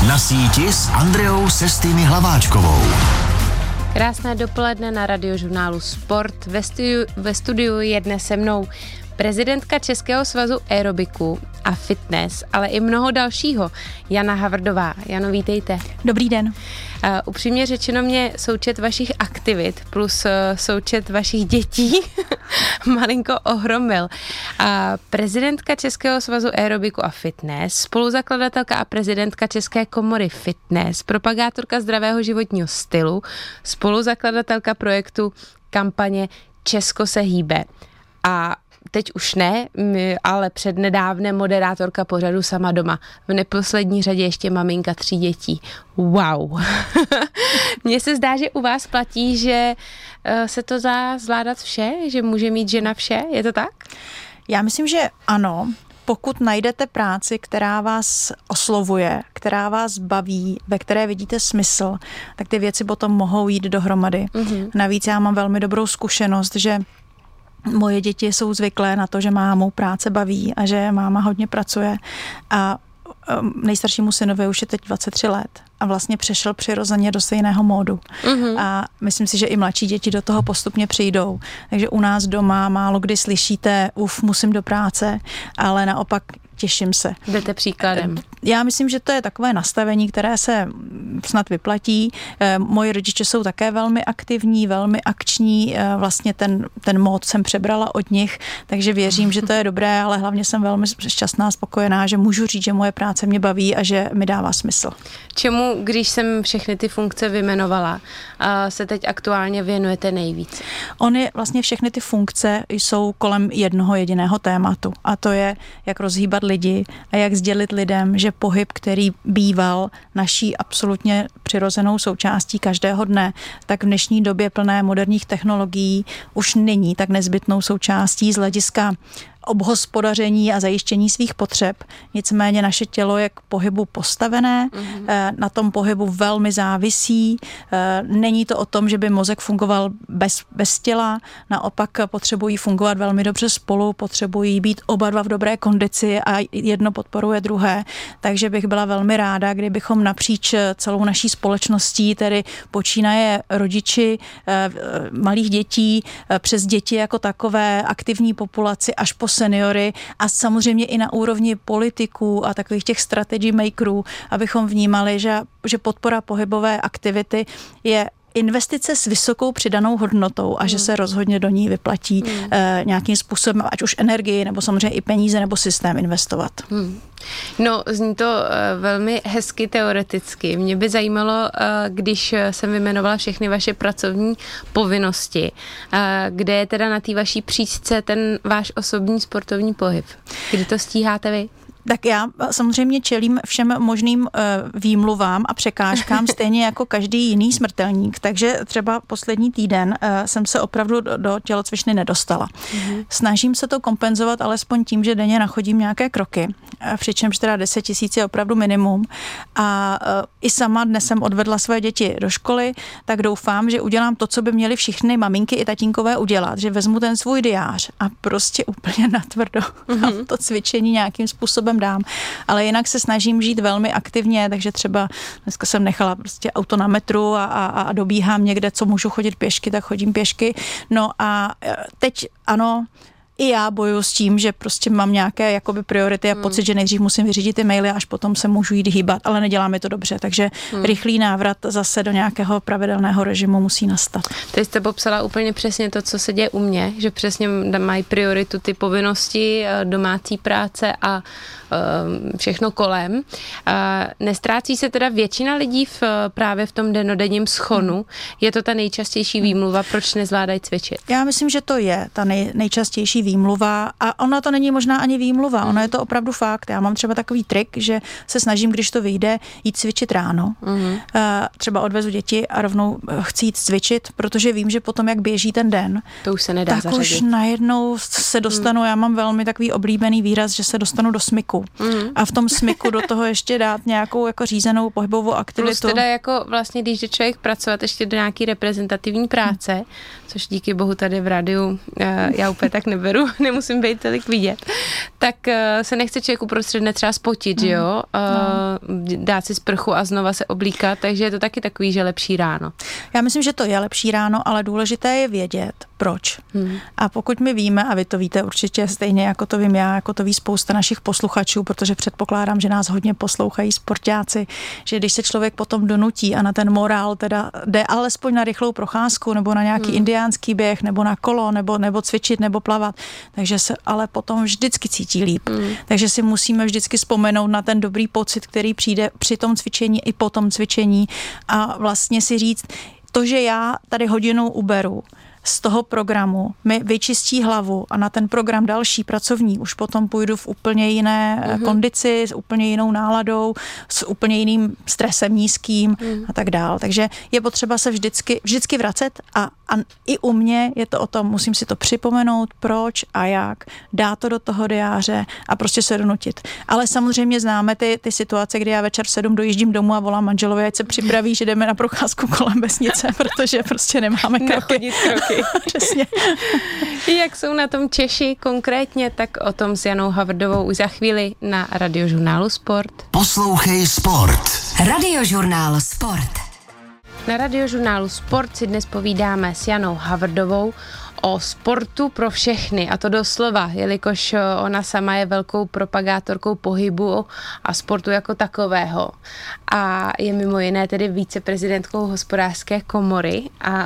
Na síti s Andreou Sestými Hlaváčkovou. Krásné dopoledne na Radiožurnálu Sport. Ve studiu je dnes se mnou prezidentka Českého svazu aerobiku a fitness, ale i mnoho dalšího, Jana Havrdová. Jano, vítejte. Dobrý den. Upřímně řečeno mě součet vašich aktivit plus součet vašich dětí malinko ohromil. Prezidentka Českého svazu aerobiku a fitness, spoluzakladatelka a prezidentka České komory fitness, propagátorka zdravého životního stylu, spoluzakladatelka projektu kampaně Česko se hýbe. A teď už ne, ale přednedávnem moderátorka pořadu Sama doma. V neposlední řadě ještě maminka 3 dětí. Wow. Mně se zdá, že u vás platí, že se to dá zvládat vše, že může mít žena vše. Je to tak? Já myslím, že ano. Pokud najdete práci, která vás oslovuje, která vás baví, ve které vidíte smysl, tak ty věci potom mohou jít dohromady. Mm-hmm. Navíc já mám velmi dobrou zkušenost, že moje děti jsou zvyklé na to, že mámu práce baví a že máma hodně pracuje a nejstaršímu synovi už je teď 23 let a vlastně přešel přirozeně do stejného módu. Mm-hmm. A myslím si, že i mladší děti do toho postupně přijdou. Takže u nás doma málo kdy slyšíte, musím do práce, ale naopak těším se. Jdete příkladem. Já myslím, že to je takové nastavení, které se snad vyplatí. Moji rodiče jsou také velmi aktivní, velmi akční. Vlastně ten mód jsem přebrala od nich, takže věřím, že to je dobré, ale hlavně jsem velmi šťastná, spokojená, že můžu říct, že moje práce mě baví a že mi dává smysl. Čemu, když jsem všechny ty funkce vyjmenovala, se teď aktuálně věnujete nejvíc? Vlastně všechny ty funkce jsou kolem jednoho jediného tématu a to je, jak rozhýbat lidi a jak sdělit lidem, že pohyb, který býval naší absolutně přirozenou součástí každého dne, tak v dnešní době plné moderních technologií už není tak nezbytnou součástí z hlediska obhospodaření a zajištění svých potřeb. Nicméně naše tělo je k pohybu postavené, na tom pohybu velmi závisí. Není to o tom, že by mozek fungoval bez těla, naopak potřebují fungovat velmi dobře spolu, potřebují být oba dva v dobré kondici a jedno podporuje druhé. Takže bych byla velmi ráda, kdybychom napříč celou naší společností, tedy počínaje rodiči malých dětí, přes děti jako takové, aktivní populaci až po seniory a samozřejmě i na úrovni politiků a takových těch strategy makerů, abychom vnímali, že podpora pohybové aktivity je investice s vysokou přidanou hodnotou a že se rozhodně do ní vyplatí nějakým způsobem, ať už energii, nebo samozřejmě i peníze, nebo systém investovat. No, zní to velmi hezky teoreticky. Mě by zajímalo, když jsem vyjmenovala všechny vaše pracovní povinnosti, kde je teda na té vaší příčce ten váš osobní sportovní pohyb? Kdy to stíháte vy? Tak já samozřejmě čelím všem možným výmluvám a překážkám, stejně jako každý jiný smrtelník. Takže třeba poslední týden jsem se opravdu do tělocvičny nedostala. Snažím se to kompenzovat alespoň tím, že denně nachodím nějaké kroky, přičemž teda 10 000 je opravdu minimum. A i sama dnes jsem odvedla své děti do školy, tak doufám, že udělám to, co by měly všechny maminky i tatínkové udělat, že vezmu ten svůj diář a prostě úplně natvrdo to cvičení nějakým způsobem dám. Ale jinak se snažím žít velmi aktivně, takže třeba dneska jsem nechala prostě auto na metru a dobíhám někde, co můžu chodit pěšky, tak chodím pěšky. No a teď ano, i já bojuju s tím, že prostě mám nějaké jakoby priority a pocit, že nejdřív musím vyřídit ty maily, až potom se můžu jít hýbat, ale nedělá mi to dobře, takže rychlý návrat zase do nějakého pravidelného režimu musí nastat. Teď jste popsala úplně přesně to, co se děje u mě, že přesně mají prioritu ty povinnosti, domácí práce a všechno kolem. Nestrácí se teda většina lidí právě v tom dennodenním schonu? Je to ta nejčastější výmluva, proč nezvládají cvičit? Já myslím, že to je ta nejčastější výmluva a ona to není možná ani výmluva, ono je to opravdu fakt. Já mám třeba takový trik, že se snažím, když to vyjde, jít cvičit ráno. Třeba odvezu děti a rovnou chci jít cvičit, protože vím, že potom, jak běží ten den, to už se nedá tak zařadit. Už najednou se dostanu, já mám velmi takový oblíbený výraz, že se dostanu do smyku. smyku. A v tom smyku do toho ještě dát nějakou jako řízenou pohybovou aktivitu. Plus teda jako vlastně, když jde člověk pracovat ještě do nějaký reprezentativní práce, což díky bohu tady v rádiu já úplně tak neberu, nemusím být tolik vidět, tak se nechce člověk uprostřed dne třeba spotit, že jo? Dát si sprchu a znova se oblíkat, takže je to taky takový, že lepší ráno. Já myslím, že to je lepší ráno, ale důležité je vědět, proč. A pokud my víme, a vy to víte určitě stejně, jako to vím já, jako to ví spousta našich posluchačů, protože předpokládám, že nás hodně poslouchají sportáci, že když se člověk potom donutí a na ten morál teda jde alespoň na rychlou procházku nebo na nějaký indiánský běh nebo na kolo nebo cvičit nebo plavat, takže se ale potom vždycky cítí líp. Takže si musíme vždycky vzpomenout na ten dobrý pocit, který přijde při tom cvičení i po tom cvičení a vlastně si říct, to, že já tady hodinu uberu z toho programu, mi vyčistí hlavu a na ten program další pracovní už potom půjdu v úplně jiné kondici, s úplně jinou náladou, s úplně jiným stresem nízkým a tak dál. Takže je potřeba se vždycky vracet a i u mě je to o tom, musím si to připomenout, proč a jak, dát to do toho diáře a prostě se donutit. Ale samozřejmě známe ty situace, kdy já večer v 7 dojíždím domů a volám manželovi, ať se připraví, že jdeme na procházku kolem vesnice, protože prostě nemáme kroky. Přesně. Jak jsou na tom Češi konkrétně, tak o tom s Janou Havrdovou už za chvíli na Radiožurnálu Sport. Poslouchej Sport. Radiožurnál Sport. Na Radiožurnálu Sport si dnes povídáme s Janou Havrdovou o sportu pro všechny, a to doslova, jelikož ona sama je velkou propagátorkou pohybu a sportu jako takového. A je mimo jiné tedy viceprezidentkou Hospodářské komory a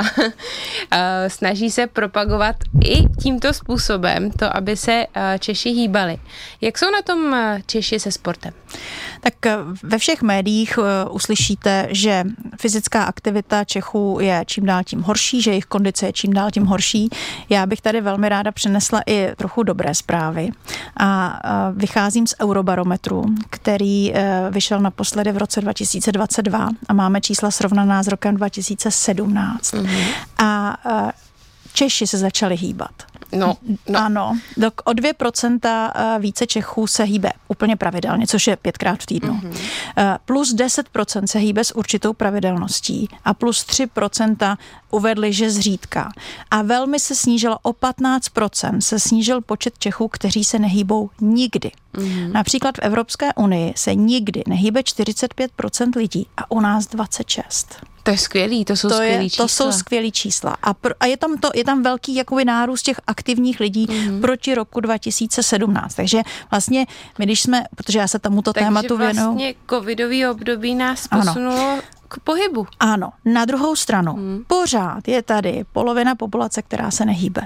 snaží se propagovat i tímto způsobem to, aby se Češi hýbali. Jak jsou na tom Češi se sportem? Tak ve všech médiích uslyšíte, že fyzická aktivita Čechů je čím dál tím horší, že jejich kondice je čím dál tím horší. Já bych tady velmi ráda přinesla i trochu dobré zprávy a vycházím z Eurobarometru, který vyšel naposledy v roce 2022 a máme čísla srovnaná s rokem 2017. A Češi se začali hýbat. No. Ano, o 2% více Čechů se hýbe úplně pravidelně, což je 5krát v týdnu. Plus 10% se hýbe s určitou pravidelností a plus 3% uvedli, že zřídka. A velmi se snížilo, o 15% se snížil počet Čechů, kteří se nehýbou nikdy. Například v Evropské unii se nikdy nehýbe 45% lidí a u nás 26%. To je skvělý, to jsou skvělý čísla. To jsou skvělý čísla. A je tam velký jakoby nárůst těch aktivních lidí proti roku 2017. Takže vlastně my, když jsme, protože já se tomuto tématu věnuju. Takže vlastně covidový období nás posunulo k pohybu. Ano. Na druhou stranu, pořád je tady polovina populace, která se nehýbe.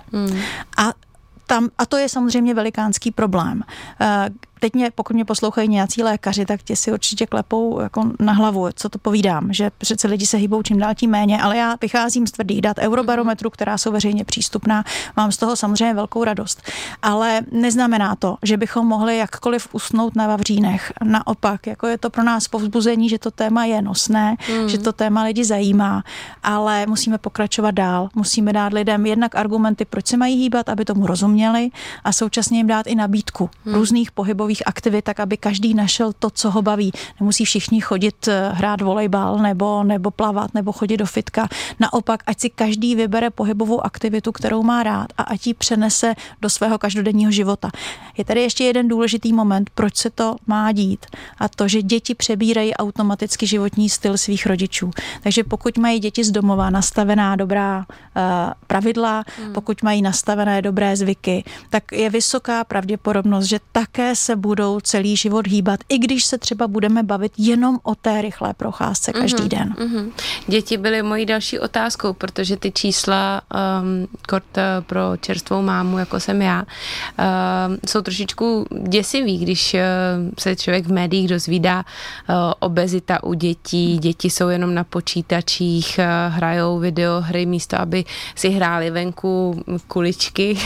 A to je samozřejmě velikánský problém. Teď pokud mě poslouchají nějací lékaři, tak ti si určitě klepou jako na hlavu, co to povídám, že přece lidi se hýbou čím dál tím méně, ale já vycházím z tvrdých dat Eurobarometru, která jsou veřejně přístupná, mám z toho samozřejmě velkou radost. Ale neznamená to, že bychom mohli jakkoliv usnout na vavřínech. Naopak, jako je to pro nás povzbuzení, že to téma je nosné, že to téma lidi zajímá, ale musíme pokračovat dál. Musíme dát lidem jednak argumenty, proč se mají hýbat, aby tomu rozuměli, a současně jim dát i nabídku různých pohybových aktivit, tak aby každý našel to, co ho baví. Nemusí všichni chodit hrát volejbal nebo plavat nebo chodit do fitka. Naopak, ať si každý vybere pohybovou aktivitu, kterou má rád, a ať ji přenese do svého každodenního života. Je tady ještě jeden důležitý moment, proč se to má dít, a to, že děti přebírají automaticky životní styl svých rodičů. Takže pokud mají děti z domova nastavená dobrá pravidla, pokud mají nastavené dobré zvyky, tak je vysoká pravděpodobnost, že také se budou celý život hýbat, i když se třeba budeme bavit jenom o té rychlé procházce každý den. Děti byly mojí další otázkou, protože ty čísla pro čerstvou mámu, jako jsem já, jsou trošičku děsivý, když se člověk v médiích dozvídá obezita u dětí, děti jsou jenom na počítačích, hrajou videohry místo, aby si hráli venku kuličky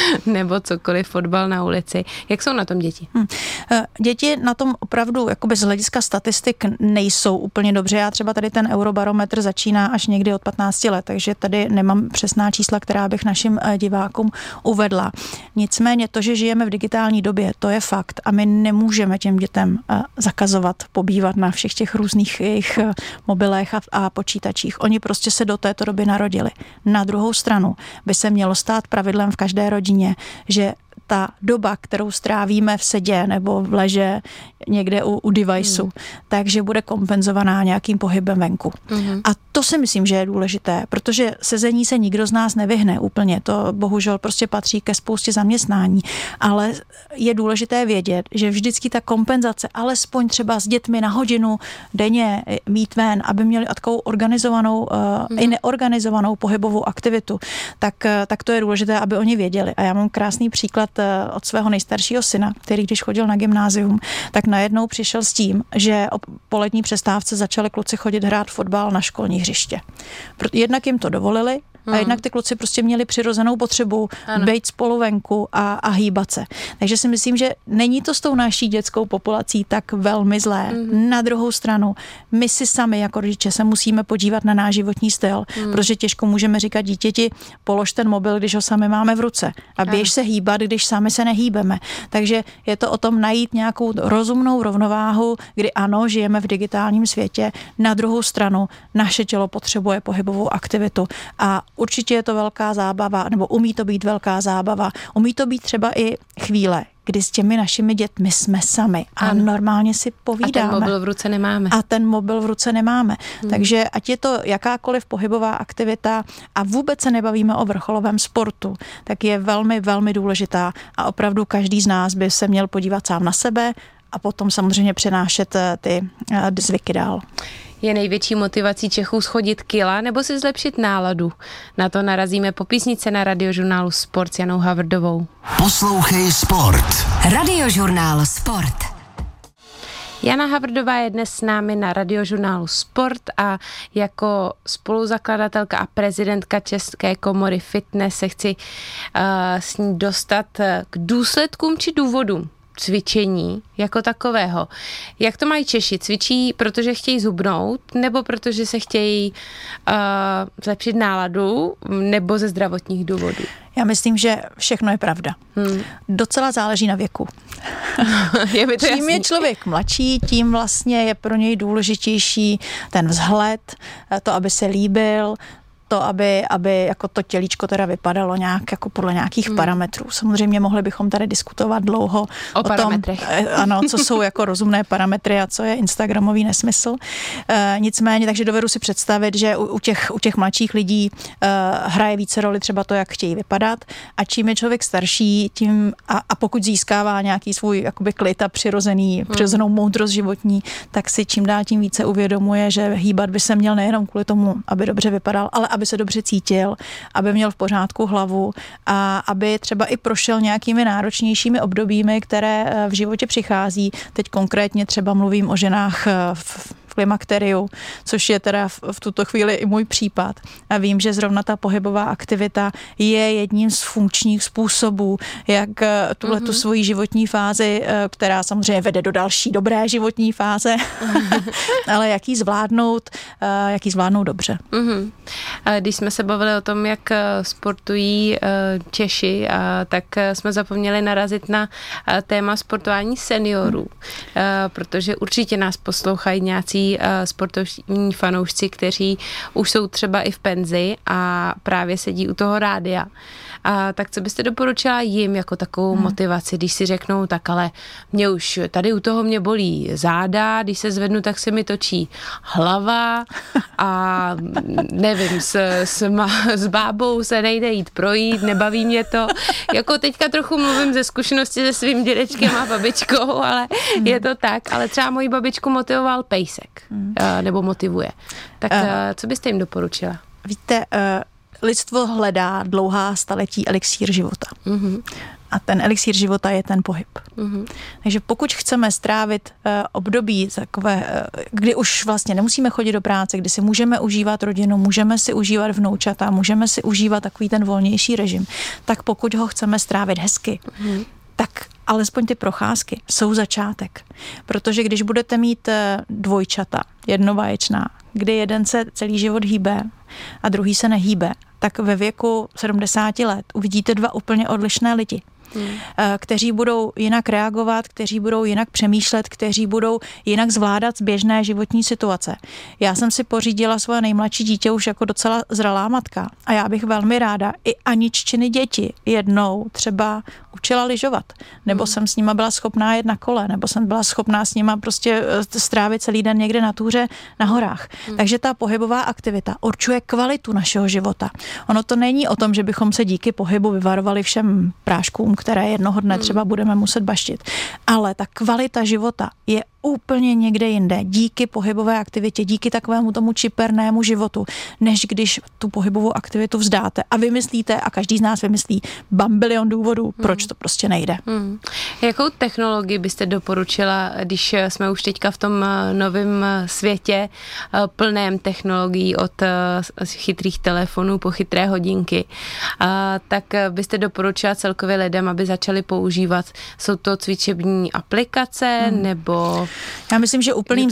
nebo cokoliv, fotbal na ulici. Jak jsou na tom děti? Děti na tom opravdu jakoby z hlediska statistik nejsou úplně dobře. Já třeba tady ten Eurobarometr začíná až někdy od 15 let, takže tady nemám přesná čísla, která bych našim divákům uvedla. Nicméně to, že žijeme v digitální době, to je fakt a my nemůžeme těm dětem zakazovat pobývat na všech těch různých jejich mobilech a počítačích. Oni prostě se do této doby narodili. Na druhou stranu by se mělo stát pravidlem v každé rodině, že ta doba, kterou strávíme v sedě nebo v leže někde u deviceu, takže bude kompenzovaná nějakým pohybem venku. A to si myslím, že je důležité, protože sezení se nikdo z nás nevyhne úplně. To bohužel prostě patří ke spoustě zaměstnání. Ale je důležité vědět, že vždycky ta kompenzace, alespoň třeba s dětmi na hodinu denně mít ven, aby měli takovou organizovanou i neorganizovanou pohybovou aktivitu, tak to je důležité, aby oni věděli. A já mám krásný příklad od svého nejstaršího syna, který když chodil na gymnázium, tak najednou přišel s tím, že po letní přestávce začali kluci chodit hrát fotbal na školní hřiště. Jednak jim to dovolili, a jednak ty kluci prostě měli přirozenou potřebu být spolu venku a hýbat se. Takže si myslím, že není to s tou naší dětskou populací tak velmi zlé. Na druhou stranu, my si sami jako rodiče se musíme podívat na náš životní styl, protože těžko můžeme říkat dítěti, polož ten mobil, když ho sami máme v ruce a běž se hýbat, když sami se nehýbeme. Takže je to o tom najít nějakou rozumnou rovnováhu, kdy ano, žijeme v digitálním světě, na druhou stranu naše tělo potřebuje pohybovou aktivitu a určitě je to velká zábava, nebo umí to být velká zábava. Umí to být třeba i chvíle, kdy s těmi našimi dětmi jsme sami a normálně si povídáme. A ten mobil v ruce nemáme. Takže ať je to jakákoliv pohybová aktivita a vůbec se nebavíme o vrcholovém sportu, tak je velmi, velmi důležitá a opravdu každý z nás by se měl podívat sám na sebe a potom samozřejmě přenášet ty zvyky dál. Je největší motivací Čechů schodit kila nebo si zlepšit náladu? Na to narazíme po písničce na Radiožurnálu Sport s Janou Havrdovou. Poslouchej Sport. Radiožurnál Sport. Jana Havrdová je dnes s námi na Radiožurnálu Sport a jako spoluzakladatelka a prezidentka České komory fitness se chci s ní dostat k důsledkům či důvodům cvičení jako takového. Jak to mají Češi? Cvičí, protože chtějí zhubnout, nebo protože se chtějí zlepšit náladu, nebo ze zdravotních důvodů? Já myslím, že všechno je pravda. Docela záleží na věku. Čím je člověk mladší, tím vlastně je pro něj důležitější ten vzhled, to, aby se líbil, to, aby jako to tělíčko teda vypadalo nějak jako podle nějakých parametrů. Samozřejmě mohli bychom tady diskutovat dlouho o tom, ano, co jsou jako rozumné parametry a co je instagramový nesmysl. Nicméně, takže dovedu si představit, že u těch mladších lidí hraje více roli třeba to, jak chtějí vypadat a čím je člověk starší, tím a pokud získává nějaký svůj jakoby klid a přirozenou moudrost životní, tak si čím dál tím více uvědomuje, že hýbat by se měl nejenom kvůli tomu, aby dobře vypadal, ale aby se dobře cítil, aby měl v pořádku hlavu a aby třeba i prošel nějakými náročnějšími obdobími, které v životě přichází. Teď konkrétně třeba mluvím o ženách v klimakteriu, což je teda v tuto chvíli i můj případ. A vím, že zrovna ta pohybová aktivita je jedním z funkčních způsobů, jak tuhletu svoji životní fázi, která samozřejmě vede do další dobré životní fáze, ale jak ji zvládnout dobře. Když jsme se bavili o tom, jak sportují Češi, tak jsme zapomněli narazit na téma sportování seniorů, protože určitě nás poslouchají nějací sportovní fanoušci, kteří už jsou třeba i v penzi a právě sedí u toho rádia. Tak co byste doporučila jim jako takovou motivaci, když si řeknou, tak ale mě už tady u toho mě bolí záda, když se zvednu, tak se mi točí hlava a nevím, s bábou se nejde jít projít, nebaví mě to. Jako teďka trochu mluvím ze zkušenosti se svým dědečkem a babičkou, ale je to tak. Ale třeba moji babičku motivoval pejsek, nebo motivuje. Tak co byste jim doporučila? Víte, lidstvo hledá dlouhá staletí elixír života. A ten elixír života je ten pohyb. Takže pokud chceme strávit období takové, kdy už vlastně nemusíme chodit do práce, kdy si můžeme užívat rodinu, můžeme si užívat vnoučata, můžeme si užívat takový ten volnější režim, tak pokud ho chceme strávit hezky, tak alespoň ty procházky jsou začátek. Protože když budete mít dvojčata, jednovaječná, kdy jeden se celý život hýbe a druhý se nehýbe, tak ve věku 70 let uvidíte dva úplně odlišné lidi, kteří budou jinak reagovat, kteří budou jinak přemýšlet, kteří budou jinak zvládat běžné životní situace. Já jsem si pořídila svoje nejmladší dítě už jako docela zralá matka a já bych velmi ráda i Aniččiny děti jednou třeba učila lyžovat, nebo jsem s nima byla schopná jet na kole, nebo jsem byla schopná s nima prostě strávit celý den někde na túře na horách. Takže ta pohybová aktivita určuje kvalitu našeho života. Ono to není o tom, že bychom se díky pohybu vyvarovali všem práškům, které jednoho dne třeba budeme muset baštit. Ale ta kvalita života je úplně někde jinde, díky pohybové aktivitě, díky takovému tomu čipernému životu, než když tu pohybovou aktivitu vzdáte a vymyslíte, a každý z nás vymyslí bambilion důvodů, proč to prostě nejde. Jakou technologii byste doporučila, když jsme už teďka v tom novém světě plném technologií od chytrých telefonů po chytré hodinky, tak byste doporučila celkově lidem, aby začali používat? Jsou to cvičební aplikace nebo... Já myslím, že úplným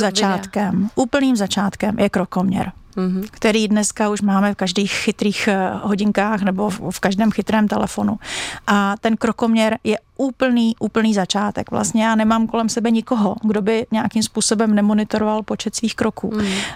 začátkem je krokoměr, který dneska už máme v každých chytrých hodinkách nebo v každém chytrém telefonu. A ten krokoměr je úplný začátek. Vlastně já nemám kolem sebe nikoho, kdo by nějakým způsobem nemonitoroval počet svých kroků.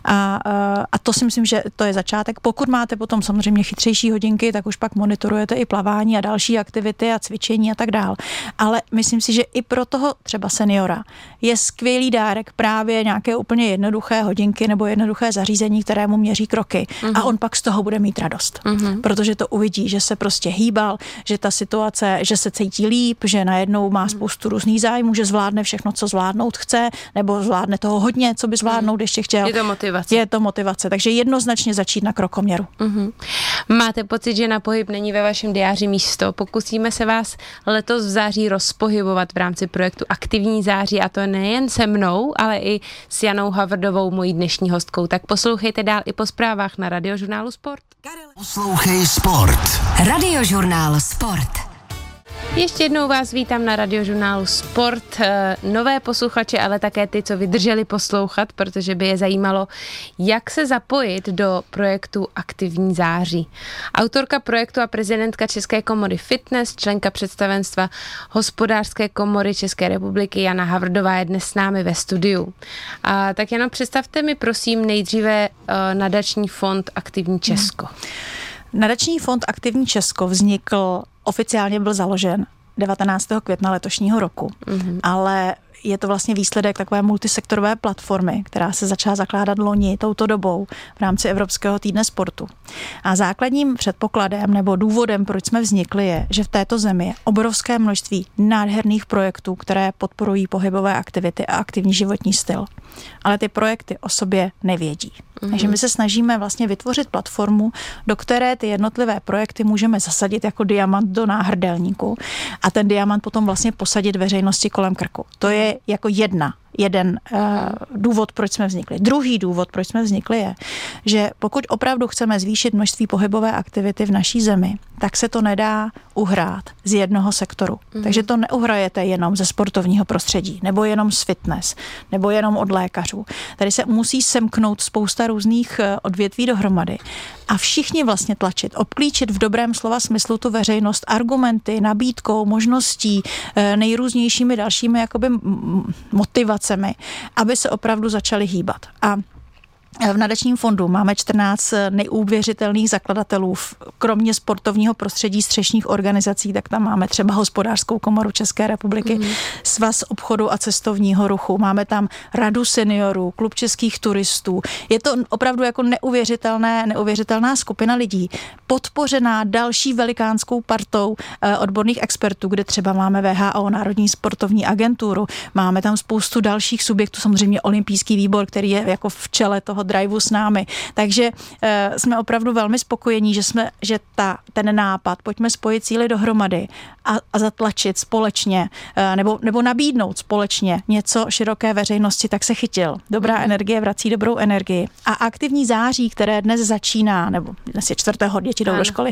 A to si myslím, že to je začátek. Pokud máte potom samozřejmě chytřejší hodinky, tak už pak monitorujete i plavání a další aktivity a cvičení a tak dál. Ale myslím si, že i pro toho třeba seniora je skvělý dárek právě nějaké úplně jednoduché hodinky nebo jednoduché zařízení, které mu měří kroky. A on pak z toho bude mít radost. Protože to uvidí, že se prostě hýbal, že ta situace, že se cítí líp, že najednou má spoustu různých zájmů, že zvládne všechno, co zvládnout chce, nebo zvládne toho hodně, co by zvládnout ještě chtěl. Je to motivace. Takže jednoznačně začít na krokoměru. Máte pocit, že na pohyb není ve vašem diáři místo? Pokusíme se vás letos v září rozpohybovat v rámci projektu Aktivní září, a to nejen se mnou, ale i s Janou Havrdovou, mojí dnešní hostkou. Tak poslouchejte dál i po zprávách na Radiožurnálu Sport. Poslouchej Sport. Radiožurnál Sport. Ještě jednou vás vítám na Radiožurnálu Sport. Nové posluchače, ale také ty, co vydrželi poslouchat, protože by je zajímalo, jak se zapojit do projektu Aktivní září. Autorka projektu a prezidentka České komory Fitness, členka představenstva Hospodářské komory České republiky Jana Havrdová je dnes s námi ve studiu. Tak jenom představte mi prosím nejdříve nadační fond Aktivní Česko. Nadační fond Aktivní Česko oficiálně byl založen 19. května letošního roku, ale je to vlastně výsledek takové multisektorové platformy, která se začala zakládat loni touto dobou v rámci Evropského týdne sportu. A základním předpokladem nebo důvodem, proč jsme vznikli, je, že v této zemi je obrovské množství nádherných projektů, které podporují pohybové aktivity a aktivní životní styl. Ale ty projekty o sobě nevědí. Takže my se snažíme vlastně vytvořit platformu, do které ty jednotlivé projekty můžeme zasadit jako diamant do náhrdelníku a ten diamant potom vlastně posadit veřejnosti kolem krku. To je jako jeden důvod, proč jsme vznikli. Druhý důvod, proč jsme vznikli, je, že pokud opravdu chceme zvýšit množství pohybové aktivity v naší zemi, tak se to nedá uhrát z jednoho sektoru. Takže to neuhrajete jenom ze sportovního prostředí, nebo jenom z fitness, nebo jenom od lékařů. Tady se musí semknout spousta různých odvětví dohromady a všichni vlastně tlačit, obklíčit v dobrém slova smyslu tu veřejnost argumenty, nabídkou, možností, nejrůznějšími dalšími jakoby motivacemi, aby se opravdu začali hýbat. A v nadačním fondu máme 14 neuvěřitelných zakladatelů, kromě sportovního prostředí střešních organizací, tak tam máme třeba Hospodářskou komoru České republiky, Svaz obchodu a cestovního ruchu, máme tam Radu seniorů, Klub českých turistů. Je to opravdu jako neuvěřitelná skupina lidí, podpořená další velikánskou partou odborných expertů, kde třeba máme WHO, Národní sportovní agenturu, máme tam spoustu dalších subjektů, samozřejmě olympijský výbor, který je jako v čele toho toho driveu s námi. Takže jsme opravdu velmi spokojení, že ten nápad, pojďme spojit síly dohromady a zatlačit společně, nebo nabídnout společně něco široké veřejnosti, tak se chytil. Dobrá energie vrací dobrou energii. A aktivní září, které dnes začíná, nebo dnes je 4. děti jdou do školy,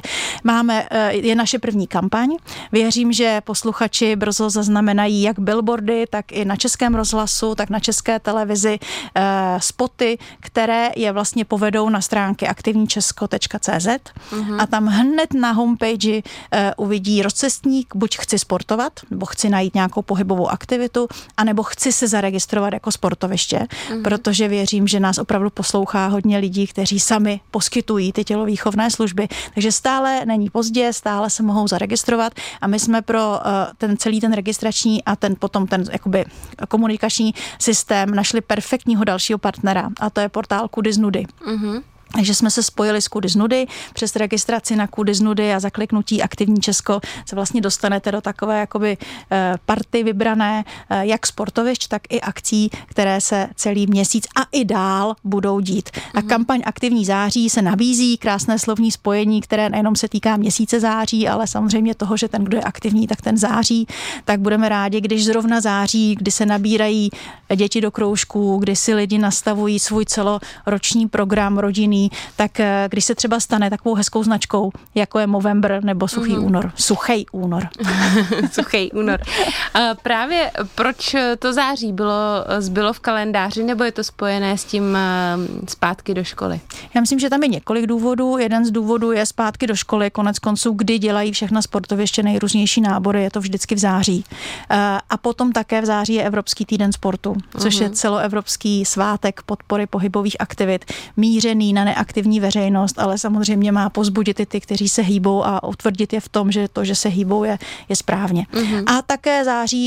je naše první kampaň. Věřím, že posluchači brzo zaznamenají jak billboardy, tak i na Českém rozhlasu, tak na České televizi spoty, které je vlastně povedou na stránky aktivničesko.cz a tam hned na homepage uvidí rozcestník, buď chci sportovat, nebo chci najít nějakou pohybovou aktivitu, anebo chci se zaregistrovat jako sportoviště, protože věřím, že nás opravdu poslouchá hodně lidí, kteří sami poskytují ty tělovýchovné služby, takže stále není pozdě, stále se mohou zaregistrovat a my jsme pro celý ten registrační a potom ten jakoby komunikační systém našli perfektního dalšího partnera a to je portál Kudy z nudy. Takže jsme se spojili s Kudy z nudy, přes registraci na Kudy z nudy a zakliknutí Aktivní Česko se vlastně dostanete do takové jakoby party vybrané jak sportovišť, tak i akcí, které se celý měsíc a i dál budou dít. A kampaň Aktivní září se nabízí, krásné slovní spojení, které nejenom se týká měsíce září, ale samozřejmě toho, že ten, kdo je aktivní, tak ten září. Tak budeme rádi, když zrovna září, kdy se nabírají děti do kroužků, kdy si lidi nastavují svůj celoroční program rodinný, tak když se třeba stane takovou hezkou značkou, jako je Movember nebo Suchý únor. Suchý únor. Suchý únor. Právě proč to září zbylo v kalendáři, nebo je to spojené s tím zpátky do školy? Já myslím, že tam je několik důvodů. Jeden z důvodů je zpátky do školy, konec konců, kdy dělají všechna sportoviště nejrůznější nábory, je to vždycky v září. A potom také v září je Evropský týden sportu, což je celoevropský svátek podpory pohybových aktivit, mířený na neaktivní veřejnost, ale samozřejmě má pozbudit i ty, kteří se hýbou a utvrdit je v tom, že to, že se hýbou, je správně. A také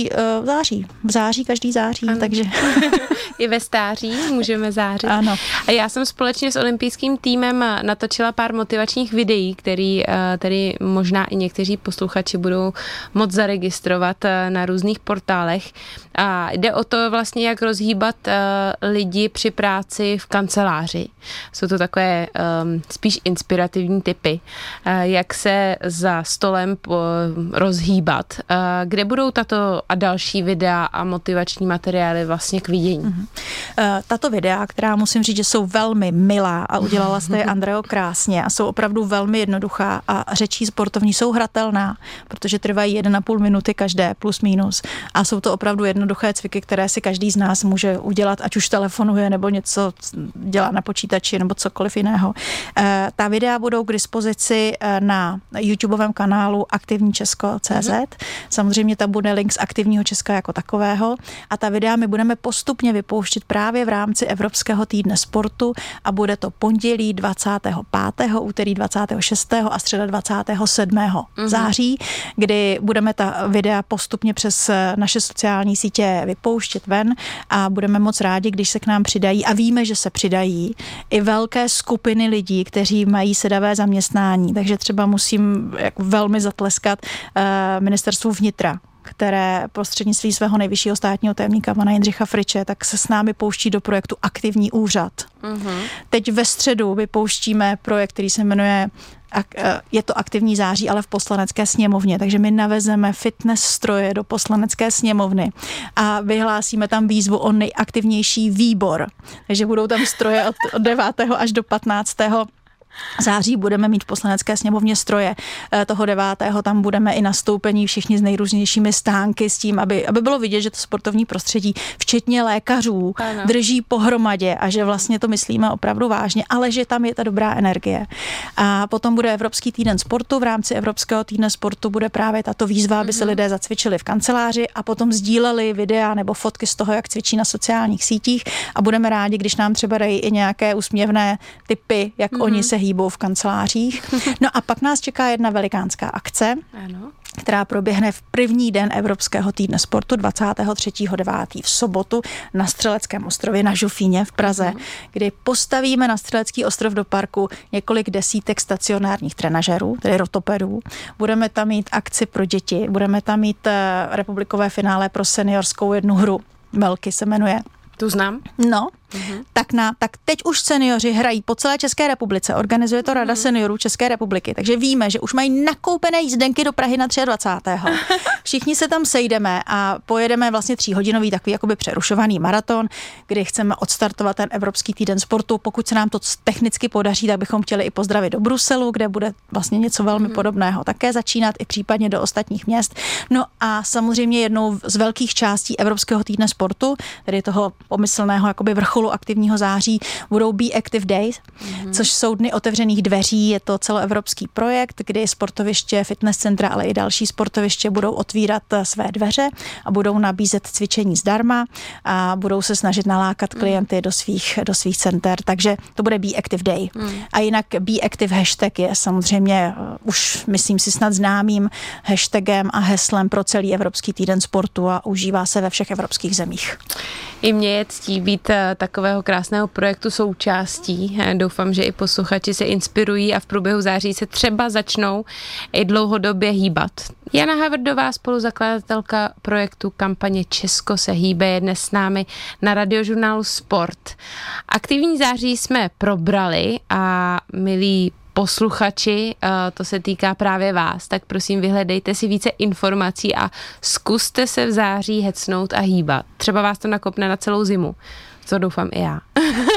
v září každý září, ano. Takže i ve stáří můžeme zářit. Ano. A já jsem společně s olympijským týmem natočila pár motivačních videí, který tady možná i někteří posluchači budou moc zaregistrovat na různých portálech. A jde o to vlastně, jak rozhýbat lidi při práci v kanceláři. Jsou to takové spíš inspirativní tipy, jak se za stolem rozhýbat. Kde budou tato a další videa a motivační materiály vlastně k vidění? Tato videa, která musím říct, že jsou velmi milá a udělala jste je, Andreo, krásně a jsou opravdu velmi jednoduchá a řečí sportovní jsou hratelná, protože trvají 1,5 minuty každé plus minus a jsou to opravdu jednoduché cviky, které si každý z nás může udělat, ať už telefonuje nebo něco dělá na počítači nebo cokoliv jiného. Ta videa budou k dispozici na YouTubeovém kanálu aktivničesko.cz. Samozřejmě tam bude link z Aktivního Česka jako takového a ta videa my budeme postupně vypouštět právě v rámci Evropského týdne sportu a bude to pondělí 25., úterý 26. a středa 27. září, kdy budeme ta videa postupně přes naše sociální sítě vypouštět ven a budeme moc rádi, když se k nám přidají a víme, že se přidají i velké skupiny lidí, kteří mají sedavé zaměstnání. Takže třeba musím velmi zatleskat ministerstvu vnitra, které prostřednictvím svého nejvyššího státního tajemníka pana Jindřicha Friče, tak se s námi pouští do projektu Aktivní úřad. Teď ve středu vypouštíme projekt, který se jmenuje je to Aktivní září, ale v Poslanecké sněmovně, takže my navezeme fitness stroje do Poslanecké sněmovny a vyhlásíme tam výzvu o nejaktivnější výbor. Takže budou tam stroje od 9. až do 15. září budeme mít v Poslanecké sněmovně stroje. Toho 9. tam budeme i nastoupení všichni s nejrůznějšími stánky s tím, aby bylo vidět, že to sportovní prostředí, včetně lékařů, drží pohromadě a že vlastně to myslíme opravdu vážně, ale že tam je ta dobrá energie. A potom bude Evropský týden sportu. V rámci Evropského týdne sportu bude právě tato výzva, aby se lidé zacvičili v kanceláři a potom sdíleli videa nebo fotky z toho, jak cvičí na sociálních sítích a budeme rádi, když nám třeba dají i nějaké úsměvné tipy, jak oni se hýbou v kancelářích. No a pak nás čeká jedna velikánská akce, která proběhne v první den Evropského týdne sportu 23.9. v sobotu na Střeleckém ostrově na Žofíně v Praze, kdy postavíme na Střelecký ostrov do parku několik desítek stacionárních trenažerů, tedy rotopedů. Budeme tam mít akci pro děti, budeme tam mít republikové finále pro seniorskou jednu hru. Velky se jmenuje. Tu znám? No, tak teď už seniori hrají po celé České republice, organizuje to Rada seniorů České republiky, takže víme, že už mají nakoupené jízdenky do Prahy na 23. Všichni se tam sejdeme a pojedeme vlastně 3hodinový takový jakoby přerušovaný maraton, kdy chceme odstartovat ten Evropský týden sportu. Pokud se nám to technicky podaří, tak bychom chtěli i pozdravit do Bruselu, kde bude vlastně něco velmi podobného také začínat, i případně do ostatních měst. No a samozřejmě jednou z velkých částí Evropského týdne sportu, tedy toho pomyslného jakoby vrcholu aktivního září, budou Be Active Days, což jsou dny otevřených dveří. Je to celoevropský projekt, kdy sportoviště, fitness centra, ale i další sportoviště budou otvírat své dveře a budou nabízet cvičení zdarma a budou se snažit nalákat klienty do svých center. Takže to bude Be Active Day. A jinak Be Active hashtag je samozřejmě už, myslím si, snad známým hashtagem a heslem pro celý Evropský týden sportu a užívá se ve všech evropských zemích. I mě je ctí být takového krásného projektu součástí. Doufám, že i posluchači se inspirují a v průběhu září se třeba začnou i dlouhodobě hýbat. Jana Havrdová, spoluzakladatelka projektu kampaně Česko se hýbe, je dnes s námi na Radiožurnálu Sport. Aktivní září jsme probrali a milí posluchači, to se týká právě vás, tak prosím vyhledejte si více informací a zkuste se v září hecnout a hýbat. Třeba vás to nakopne na celou zimu, co doufám i já.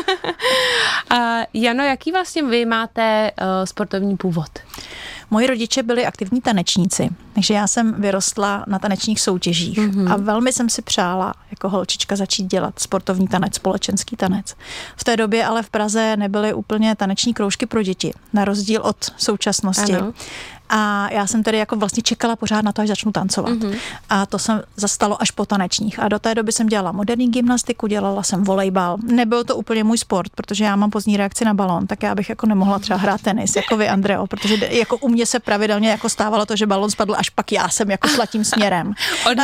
Jano, jaký vlastně vy máte sportovní původ? Moji rodiče byli aktivní tanečníci, takže já jsem vyrostla na tanečních soutěžích a velmi jsem si přála jako holčička začít dělat sportovní tanec, společenský tanec. V té době ale v Praze nebyly úplně taneční kroužky pro děti, na rozdíl od současnosti. Ano. A já jsem tedy jako vlastně čekala pořád na to, až začnu tancovat. A to se zastalo až po tanečních. A do té doby jsem dělala moderní gymnastiku, dělala jsem volejbal. Nebyl to úplně můj sport, protože já mám pozdní reakci na balón, tak já bych jako nemohla třeba hrát tenis, jako vy, Andreo, protože jako u mě se pravidelně jako stávalo to, že balón spadl, až pak já jsem jako šla tím směrem. Od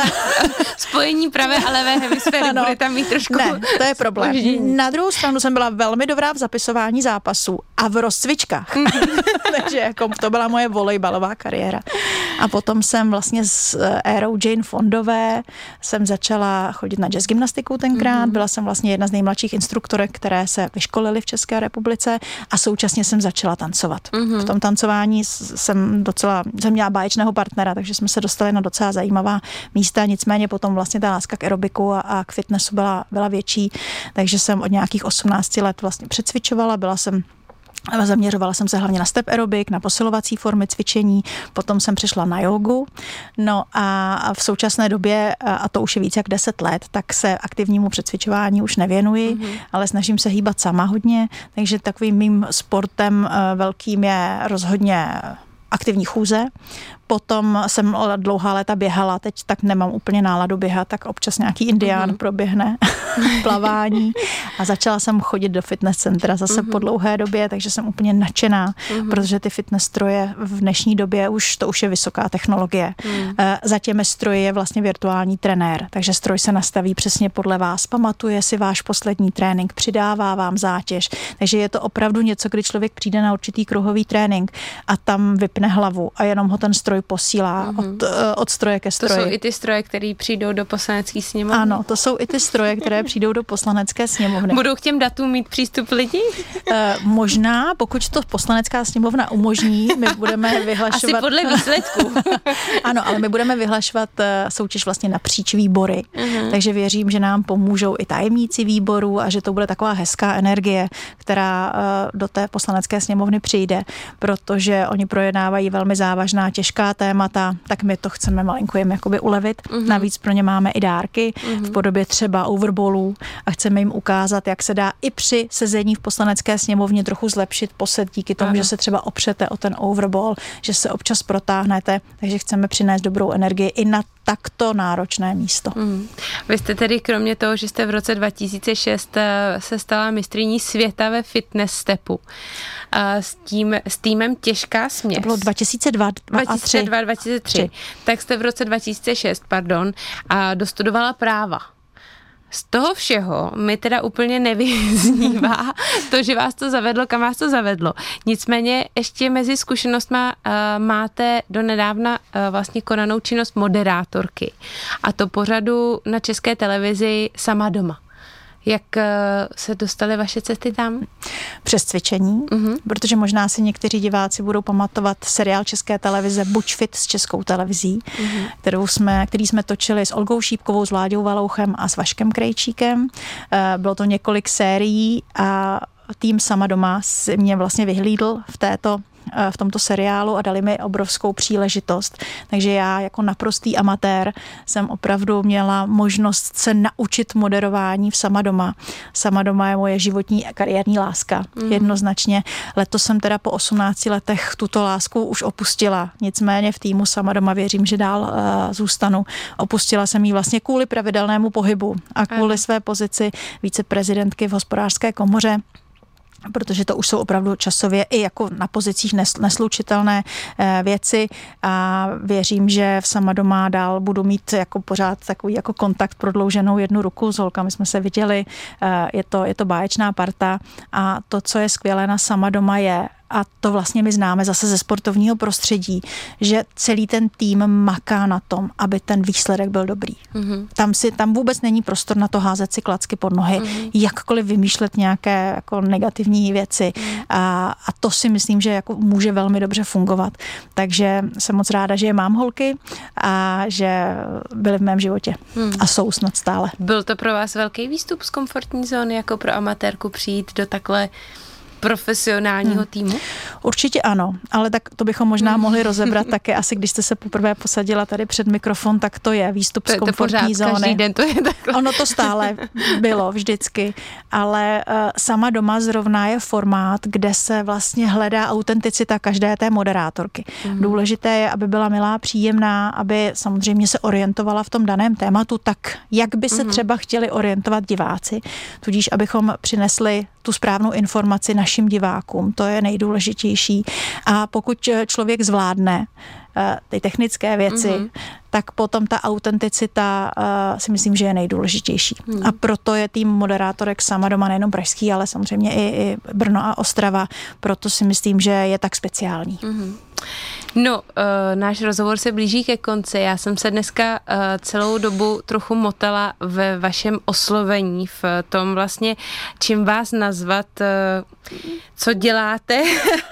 spojení pravé a levé hemisféry bude tam mít trošku. Ne, to je problém. Na druhou stranu jsem byla velmi dobrá v zapisování zápasů a v rozcvičkách. Takže jako to byla moje volejbalová kariéra. A potom jsem vlastně s érou Jane Fondové jsem začala chodit na jazz gymnastiku tenkrát. Byla jsem vlastně jedna z nejmladších instruktorek, které se vyškolily v České republice a současně jsem začala tancovat. V tom tancování jsem měla báječného partnera, takže jsme se dostali na docela zajímavá místa, nicméně potom vlastně ta láska k aerobiku a k fitnessu byla větší, takže jsem od nějakých 18 let vlastně přecvičovala, zaměřovala jsem se hlavně na step aerobik, na posilovací formy cvičení, potom jsem přešla na jogu, no a v současné době, a to už je více jak 10 let, tak se aktivnímu přecvičování už nevěnuji, ale snažím se hýbat sama hodně, takže takovým mým sportem velkým je rozhodně aktivní chůze. Potom jsem dlouhá léta běhala, teď tak nemám úplně náladu běhat, tak občas nějaký indián proběhne, plavání. A začala jsem chodit do fitness centra zase po dlouhé době, takže jsem úplně nadšená, protože ty fitness stroje v dnešní době to už je vysoká technologie. Za těmi stroji je vlastně virtuální trenér, takže stroj se nastaví přesně podle vás, pamatuje si váš poslední trénink, přidává vám zátěž, takže je to opravdu něco, kdy člověk přijde na určitý kruhový trénink a tam vypne hlavu a jenom ho ten stroj posílá od stroje ke stroji. To jsou i ty stroje, které přijdou do poslanecké sněmovny? Ano, to jsou i ty stroje, které přijdou do poslanecké sněmovny. Budou k těm datům mít přístup lidi? Možná, pokud to poslanecká sněmovna umožní, my budeme vyhlašovat... Asi podle výsledků. Ano, ale my budeme vyhlašovat soutěž vlastně napříč výbory. Takže věřím, že nám pomůžou i tajemníci výborů a že to bude taková hezká energie, která do té poslanecké sněmovny přijde, protože oni projednávají velmi závažná, těžká témata, tak my to chceme malinko jim jakoby ulevit. Navíc pro ně máme i dárky v podobě třeba overballů a chceme jim ukázat, jak se dá i při sezení v poslanecké sněmovně trochu zlepšit posed díky tomu, že se třeba opřete o ten overball, že se občas protáhnete, takže chceme přinést dobrou energii i na takto náročné místo. Vy jste tedy kromě toho, že jste v roce 2006 se stala mistryní světa ve fitness stepu s týmem Těžká směs. To bylo 2002-2003. Tak jste v roce 2006, a dostudovala práva. Z toho všeho mi teda úplně nevyznívá to, že vás to zavedlo, kam vás to zavedlo. Nicméně ještě mezi zkušenostma máte donedávna vlastně konanou činnost moderátorky. A to pořadu na České televizi Sama doma. Jak se dostaly vaše cesty tam? Přes cvičení, protože možná si někteří diváci budou pamatovat seriál České televize Buď fit s Českou televizí, který jsme točili s Olgou Šípkovou, s Vláďou Valouchem a s Vaškem Krejčíkem. Bylo to několik sérií a tým Sama doma si mě vlastně vyhlídl v tomto seriálu a dali mi obrovskou příležitost. Takže já jako naprostý amatér jsem opravdu měla možnost se naučit moderování v Sama doma. Sama doma je moje životní a kariérní láska. Jednoznačně. Letos jsem teda po 18 letech tuto lásku už opustila. Nicméně v týmu Sama doma věřím, že dál zůstanu. Opustila jsem ji vlastně kvůli pravidelnému pohybu a kvůli své pozici viceprezidentky v Hospodářské komoře, protože to už jsou opravdu časově i jako na pozicích neslučitelné věci a věřím, že v Sama doma dál budu mít jako pořád takový jako kontakt, prodlouženou jednu ruku, s holkami jsme se viděli, je to báječná parta a to, co je skvělé na Sama doma je, a to vlastně my známe zase ze sportovního prostředí, že celý ten tým maká na tom, aby ten výsledek byl dobrý. Tam vůbec není prostor na to házet si klacky pod nohy, jakkoliv vymýšlet nějaké jako negativní věci. A to si myslím, že jako může velmi dobře fungovat. Takže jsem moc ráda, že je mám holky a že byly v mém životě. A jsou snad stále. Byl to pro vás velký výstup z komfortní zóny, jako pro amatérku přijít do takhle profesionálního týmu? Určitě ano, ale tak to bychom možná mohli rozebrat také asi, když jste se poprvé posadila tady před mikrofon, tak to je výstup z komfortní zóny. Každý den to je takhle. Ono to stále bylo vždycky, ale Sama doma zrovna je formát, kde se vlastně hledá autenticita každé té moderátorky. Důležité je, aby byla milá, příjemná, aby samozřejmě se orientovala v tom daném tématu tak, jak by se třeba chtěli orientovat diváci. Tudíž, abychom přinesli tu správnou informaci našim divákům. To je nejdůležitější. A pokud člověk zvládne ty technické věci, tak potom ta autenticita si myslím, že je nejdůležitější. A proto je tým moderátorek Sama doma nejenom pražský, ale samozřejmě i Brno a Ostrava. Proto si myslím, že je tak speciální. No, náš rozhovor se blíží ke konci. Já jsem se dneska celou dobu trochu motala ve vašem oslovení, v tom vlastně, čím vás nazvat, co děláte.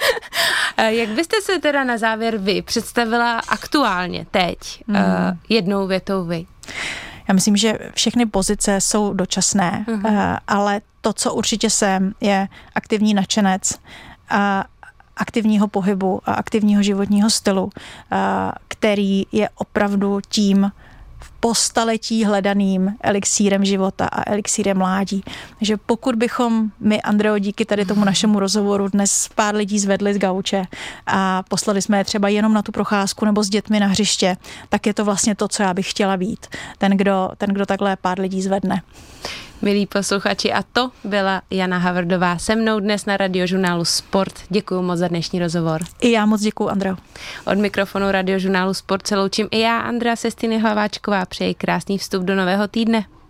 Jak byste se teda na závěr vy představila aktuálně, teď, jednou větou vy? Já myslím, že všechny pozice jsou dočasné, ale to, co určitě jsem, je aktivní nadšenec a aktivního pohybu a aktivního životního stylu, který je opravdu tím po staletí hledaným elixírem života a elixírem mládí. Takže pokud bychom my, Andreo, díky tady tomu našemu rozhovoru dnes pár lidí zvedli z gauče a poslali jsme je třeba jenom na tu procházku nebo s dětmi na hřiště, tak je to vlastně to, co já bych chtěla být. Ten, kdo takhle pár lidí zvedne. Milí posluchači, a to byla Jana Havrdová se mnou dnes na Radiožurnálu Sport. Děkuju moc za dnešní rozhovor. I já moc děkuju, Andreo. Od mikrofonu Radiožurnálu Sport se loučím i já, Andrea Sestiny Hlaváčková. Přeji krásný vstup do nového týdne.